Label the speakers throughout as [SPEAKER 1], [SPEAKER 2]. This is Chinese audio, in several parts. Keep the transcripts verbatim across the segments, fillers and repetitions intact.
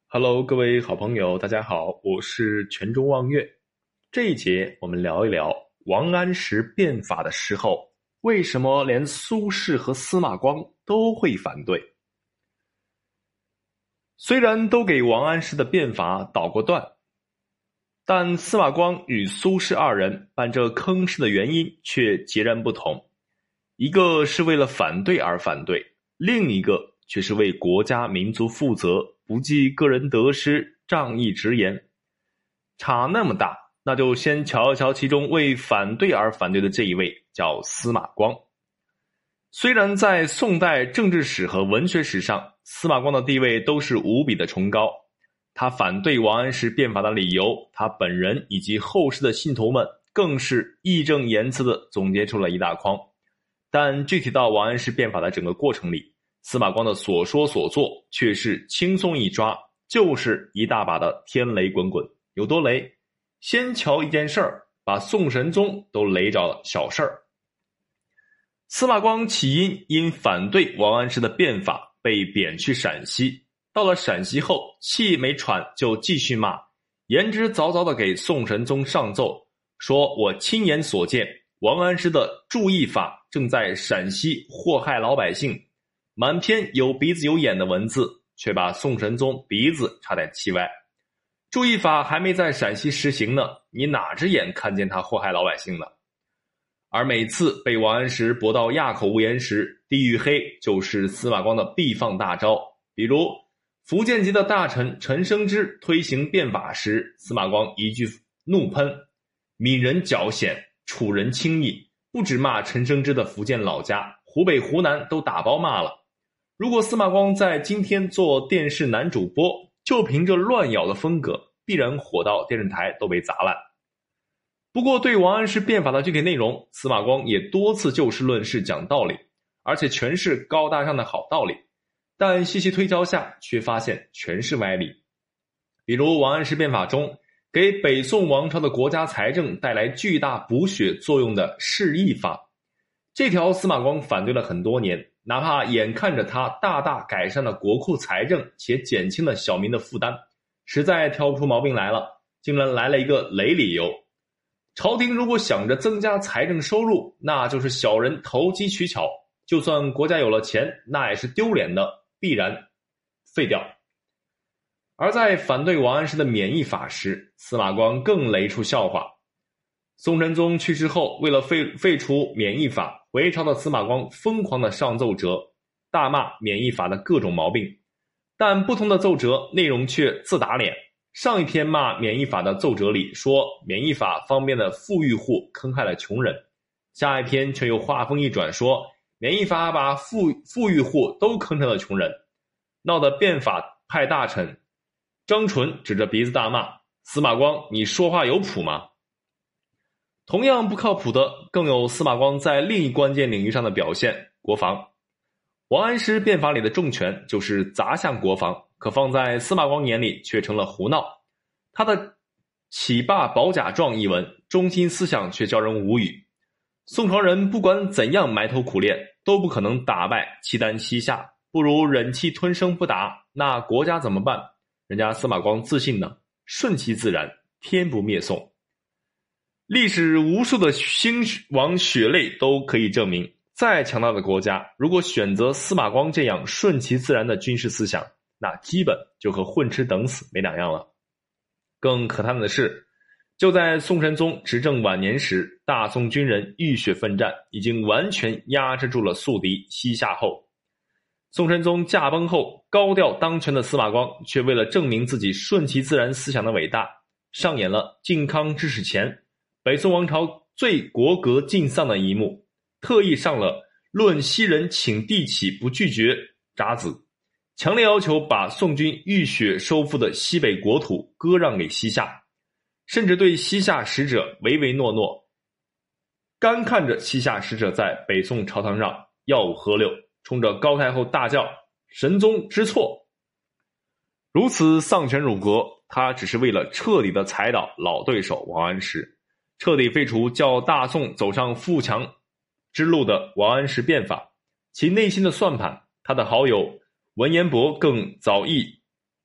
[SPEAKER 1] Hello，各位好朋友，大家好，我是全中望月。这一节我们聊一聊王安石变法的时候，为什么连苏轼和司马光都会反对？虽然都给王安石的变法捣过乱，但司马光与苏轼二人办这坑事的原因却截然不同。一个是为了反对而反对，另一个却是为国家民族负责，不计个人得失，仗义直言。差那么大，那就先瞧一瞧其中为反对而反对的这一位，叫司马光。虽然在宋代政治史和文学史上，司马光的地位都是无比的崇高，他反对王安石变法的理由，他本人以及后世的信徒们更是义正言辞地总结出了一大筐。但具体到王安石变法的整个过程里，司马光的所说所做却是轻松一抓，就是一大把的天雷滚滚。有多雷？先瞧一件事儿，把宋神宗都雷着了小事儿。司马光起因因反对王安石的变法被贬去陕西，到了陕西后气没喘就继续骂，言之凿凿地给宋神宗上奏，说我亲眼所见王安石的注意法正在陕西祸害老百姓，满篇有鼻子有眼的文字，却把宋神宗鼻子差点气歪。注意法还没在陕西实行呢，你哪只眼看见他祸害老百姓呢？而每次被王安石驳到哑口无言时，地狱黑就是司马光的必放大招。比如福建籍的大臣陈升之推行变法时，司马光一句怒喷：闽人狡险，楚人轻易。不止骂陈升之的福建老家，湖北湖南都打包骂了。如果司马光在今天做电视男主播，就凭着乱咬的风格，必然火到电视台都被砸烂。不过对王安石变法的具体内容，司马光也多次就事论事讲道理，而且全是高大上的好道理，但细细推敲下却发现全是歪理。比如王安石变法中给北宋王朝的国家财政带来巨大补血作用的释义法，这条司马光反对了很多年，哪怕眼看着他大大改善了国库财政且减轻了小民的负担，实在挑不出毛病来了，竟然来了一个雷理由：朝廷如果想着增加财政收入，那就是小人投机取巧，就算国家有了钱，那也是丢脸的，必然废掉。而在反对王安石的免役法时，司马光更雷出笑话。宋神宗去世后，为了废废除免役法，回朝的司马光疯狂地上奏折，大骂免役法的各种毛病，但不同的奏折内容却自打脸。上一篇骂免役法的奏折里说免役法方便的富裕户坑害了穷人，下一篇却又话锋一转说免役法把富富裕户都坑成了穷人，闹得变法派大臣张纯指着鼻子大骂：司马光，你说话有谱吗？同样不靠谱的更有司马光在另一关键领域上的表现，国防。王安石变法里的重拳就是砸向国防，可放在司马光眼里却成了胡闹。他的起罢保甲状一文，中心思想却叫人无语。宋朝人不管怎样埋头苦练，都不可能打败契丹西夏，不如忍气吞声不打，那国家怎么办？人家司马光自信呢，顺其自然，天不灭宋。历史无数的兴亡血泪都可以证明，再强大的国家，如果选择司马光这样顺其自然的军事思想，那基本就和混吃等死没两样了。更可叹的是，就在宋神宗执政晚年时，大宋军人浴血奋战，已经完全压制住了宿敌西夏后。宋神宗驾崩后，高调当权的司马光却为了证明自己顺其自然思想的伟大，上演了靖康之耻前北宋王朝最国格尽丧的一幕，特意上了论西人请帝起不拒绝札子，强烈要求把宋军浴血收复的西北国土割让给西夏，甚至对西夏使者唯唯诺诺，干看着西夏使者在北宋朝堂上吆五喝六，冲着高太后大叫：神宗知错！如此丧权辱国，他只是为了彻底的踩倒老对手王安石，彻底废除叫大宋走上富强之路的王安石变法。其内心的算盘，他的好友文彦博更早已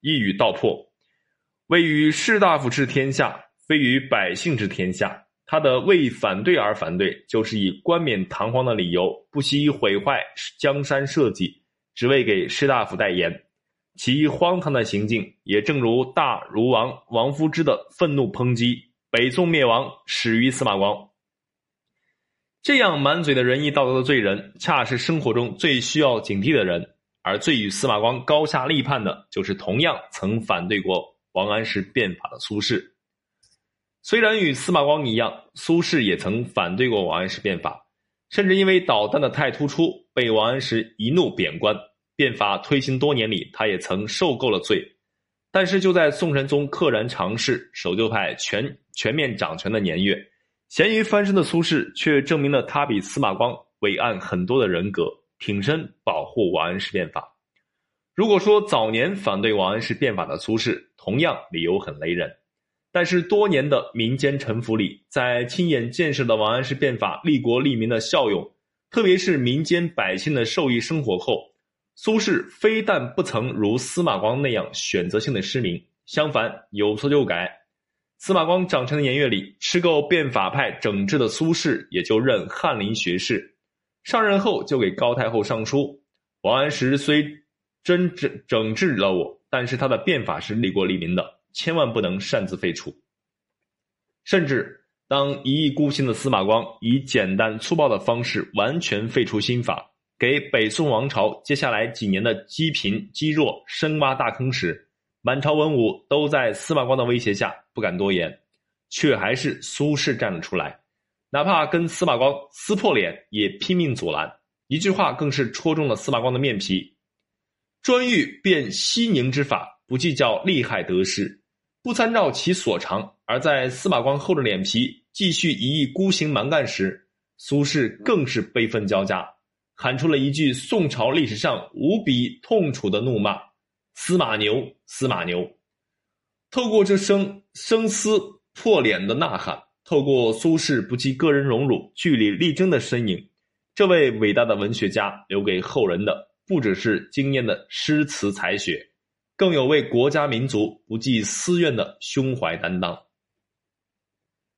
[SPEAKER 1] 一语道破：位于士大夫治天下，非于百姓治天下。他的为反对而反对，就是以冠冕堂皇的理由，不惜毁坏江山社稷，只为给士大夫代言。其荒唐的行径，也正如大儒王王夫之的愤怒抨击：北宋灭亡始于司马光。这样满嘴的仁义道德的罪人，恰是生活中最需要警惕的人。而最与司马光高下立判的，就是同样曾反对过王安石变法的苏轼。虽然与司马光一样，苏轼也曾反对过王安石变法，甚至因为捣蛋的太突出，被王安石一怒贬官。变法推行多年里，他也曾受够了罪。但是就在宋神宗溘然长逝、守旧派全全面掌权的年月，咸鱼翻身的苏轼却证明了他比司马光伟岸很多的人格，挺身保护王安石变法。如果说早年反对王安石变法的苏轼，同样理由很雷人。但是多年的民间沉浮里，在亲眼见识了王安石变法利国利民的效用，特别是民间百姓的受益生活后，苏轼非但不曾如司马光那样选择性的失明，相反有错就改。司马光掌权的年月里，吃够变法派整治的苏轼也就任翰林学士，上任后就给高太后上书：王安石虽真整整治了我，但是他的变法是利国利民的，千万不能擅自废除。甚至当一意孤行的司马光以简单粗暴的方式完全废除新法，给北宋王朝接下来几年的积贫积弱深挖大坑时，满朝文武都在司马光的威胁下不敢多言，却还是苏轼站了出来，哪怕跟司马光撕破脸也拼命阻拦。一句话更是戳中了司马光的面皮：专欲变西宁之法，不计较利害得失，不参照其所长。而在司马光厚着脸皮继续一意孤行蛮干时，苏轼更是悲愤交加，喊出了一句宋朝历史上无比痛楚的怒骂：司马牛，司马牛。透过这声声嘶破脸的呐喊，透过苏轼不计个人荣辱据理力争的身影，这位伟大的文学家留给后人的不只是惊艳的诗词才学，更有为国家民族不计私怨的胸怀担当。